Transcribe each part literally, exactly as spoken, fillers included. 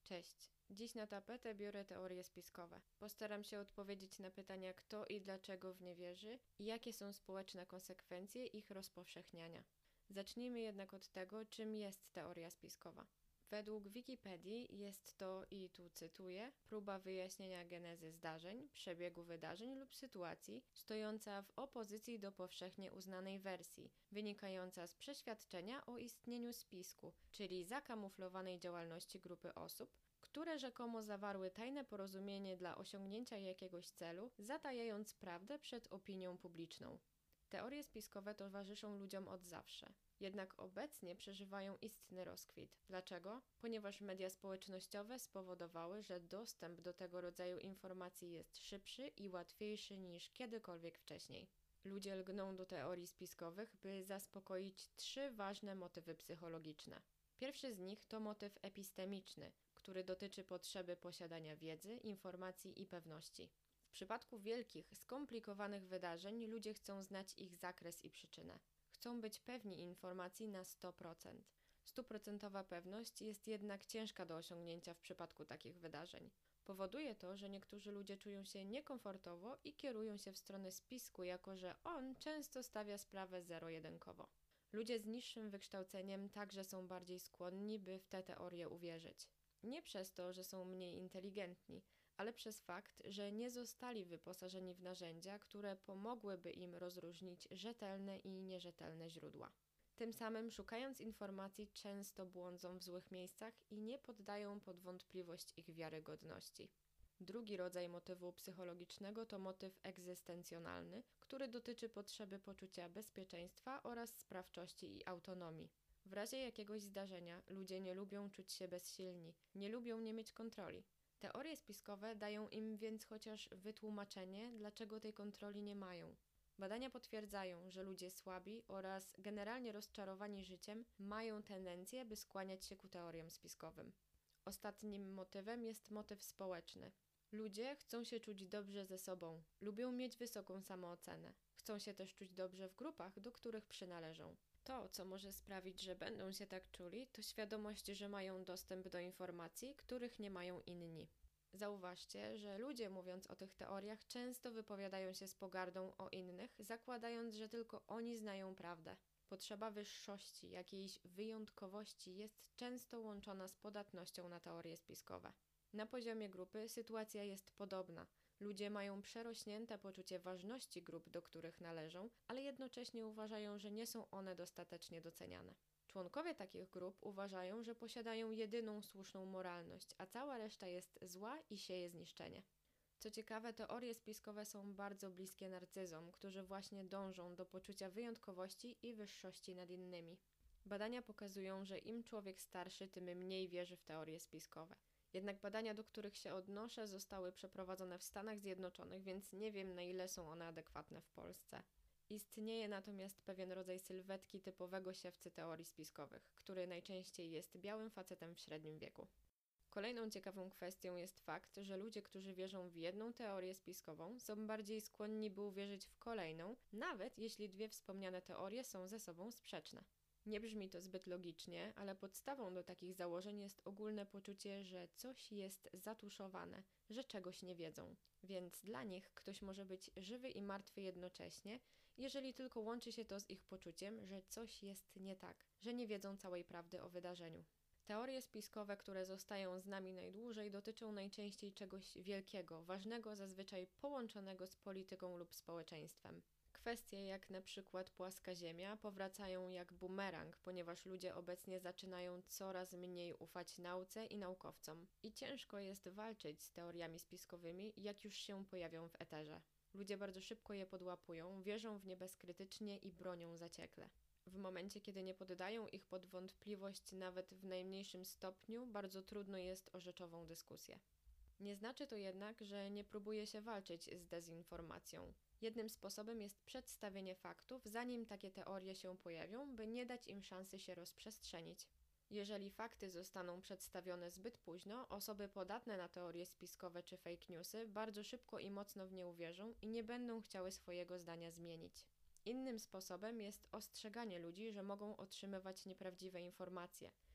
Cześć. Dziś na tapetę biorę teorie spiskowe. Postaram się odpowiedzieć na pytania, kto i dlaczego w nie wierzy i jakie są społeczne konsekwencje ich rozpowszechniania. Zacznijmy jednak od tego, czym jest teoria spiskowa. Według Wikipedii jest to, i tu cytuję, próba wyjaśnienia genezy zdarzeń, przebiegu wydarzeń lub sytuacji stojąca w opozycji do powszechnie uznanej wersji, wynikająca z przeświadczenia o istnieniu spisku, czyli zakamuflowanej działalności grupy osób, które rzekomo zawarły tajne porozumienie dla osiągnięcia jakiegoś celu, zatajając prawdę przed opinią publiczną. Teorie spiskowe towarzyszą ludziom od zawsze. Jednak obecnie przeżywają istny rozkwit. Dlaczego? Ponieważ media społecznościowe spowodowały, że dostęp do tego rodzaju informacji jest szybszy i łatwiejszy niż kiedykolwiek wcześniej. Ludzie lgną do teorii spiskowych, by zaspokoić trzy ważne motywy psychologiczne. Pierwszy z nich to motyw epistemiczny, który dotyczy potrzeby posiadania wiedzy, informacji i pewności. W przypadku wielkich, skomplikowanych wydarzeń ludzie chcą znać ich zakres i przyczynę. Chcą być pewni informacji na sto procent. Stuprocentowa pewność jest jednak ciężka do osiągnięcia w przypadku takich wydarzeń. Powoduje to, że niektórzy ludzie czują się niekomfortowo i kierują się w stronę spisku, jako że on często stawia sprawę zero-jedynkowo. Ludzie z niższym wykształceniem także są bardziej skłonni, by w te teorie uwierzyć. Nie przez to, że są mniej inteligentni, ale przez fakt, że nie zostali wyposażeni w narzędzia, które pomogłyby im rozróżnić rzetelne i nierzetelne źródła. Tym samym, szukając informacji, często błądzą w złych miejscach i nie poddają pod wątpliwość ich wiarygodności. Drugi rodzaj motywu psychologicznego to motyw egzystencjonalny, który dotyczy potrzeby poczucia bezpieczeństwa oraz sprawczości i autonomii. W razie jakiegoś zdarzenia ludzie nie lubią czuć się bezsilni, nie lubią nie mieć kontroli. Teorie spiskowe dają im więc chociaż wytłumaczenie, dlaczego tej kontroli nie mają. Badania potwierdzają, że ludzie słabi oraz generalnie rozczarowani życiem mają tendencję, by skłaniać się ku teoriom spiskowym. Ostatnim motywem jest motyw społeczny. Ludzie chcą się czuć dobrze ze sobą, lubią mieć wysoką samoocenę. Chcą się też czuć dobrze w grupach, do których przynależą. To, co może sprawić, że będą się tak czuli, to świadomość, że mają dostęp do informacji, których nie mają inni. Zauważcie, że ludzie, mówiąc o tych teoriach, często wypowiadają się z pogardą o innych, zakładając, że tylko oni znają prawdę. Potrzeba wyższości, jakiejś wyjątkowości jest często łączona z podatnością na teorie spiskowe. Na poziomie grupy sytuacja jest podobna. Ludzie mają przerośnięte poczucie ważności grup, do których należą, ale jednocześnie uważają, że nie są one dostatecznie doceniane. Członkowie takich grup uważają, że posiadają jedyną słuszną moralność, a cała reszta jest zła i sieje zniszczenie. Co ciekawe, teorie spiskowe są bardzo bliskie narcyzom, którzy właśnie dążą do poczucia wyjątkowości i wyższości nad innymi. Badania pokazują, że im człowiek starszy, tym mniej wierzy w teorie spiskowe. Jednak badania, do których się odnoszę, zostały przeprowadzone w Stanach Zjednoczonych, więc nie wiem, na ile są one adekwatne w Polsce. Istnieje natomiast pewien rodzaj sylwetki typowego siewcy teorii spiskowych, który najczęściej jest białym facetem w średnim wieku. Kolejną ciekawą kwestią jest fakt, że ludzie, którzy wierzą w jedną teorię spiskową, są bardziej skłonni, by uwierzyć w kolejną, nawet jeśli dwie wspomniane teorie są ze sobą sprzeczne. Nie brzmi to zbyt logicznie, ale podstawą do takich założeń jest ogólne poczucie, że coś jest zatuszowane, że czegoś nie wiedzą. Więc dla nich ktoś może być żywy i martwy jednocześnie, jeżeli tylko łączy się to z ich poczuciem, że coś jest nie tak, że nie wiedzą całej prawdy o wydarzeniu. Teorie spiskowe, które zostają z nami najdłużej, dotyczą najczęściej czegoś wielkiego, ważnego, zazwyczaj połączonego z polityką lub społeczeństwem. Kwestie jak na przykład płaska ziemia powracają jak bumerang, ponieważ ludzie obecnie zaczynają coraz mniej ufać nauce i naukowcom. I ciężko jest walczyć z teoriami spiskowymi, jak już się pojawią w eterze. Ludzie bardzo szybko je podłapują, wierzą w nie bezkrytycznie i bronią zaciekle. W momencie, kiedy nie poddają ich pod wątpliwość nawet w najmniejszym stopniu, bardzo trudno jest o rzeczową dyskusję. Nie znaczy to jednak, że nie próbuje się walczyć z dezinformacją. Jednym sposobem jest przedstawienie faktów, zanim takie teorie się pojawią, by nie dać im szansy się rozprzestrzenić. Jeżeli fakty zostaną przedstawione zbyt późno, osoby podatne na teorie spiskowe czy fake newsy bardzo szybko i mocno w nie uwierzą i nie będą chciały swojego zdania zmienić. Innym sposobem jest ostrzeganie ludzi, że mogą otrzymywać nieprawdziwe informacje.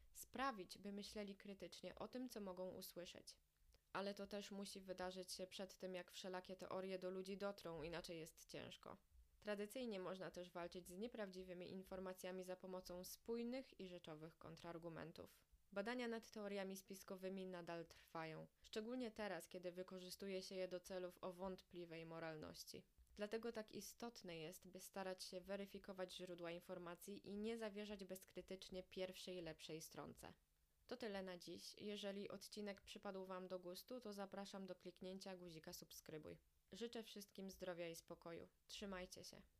sprawić, by myśleli krytycznie o tym, co mogą usłyszeć. Ale to też musi wydarzyć się przed tym, jak wszelakie teorie do ludzi dotrą, inaczej jest ciężko. Tradycyjnie można też walczyć z nieprawdziwymi informacjami za pomocą spójnych i rzeczowych kontrargumentów. Badania nad teoriami spiskowymi nadal trwają, szczególnie teraz, kiedy wykorzystuje się je do celów o wątpliwej moralności. Dlatego tak istotne jest, by starać się weryfikować źródła informacji i nie zawierzać bezkrytycznie pierwszej lepszej stronce. To tyle na dziś. Jeżeli odcinek przypadł Wam do gustu, to zapraszam do kliknięcia guzika subskrybuj. Życzę wszystkim zdrowia i spokoju. Trzymajcie się.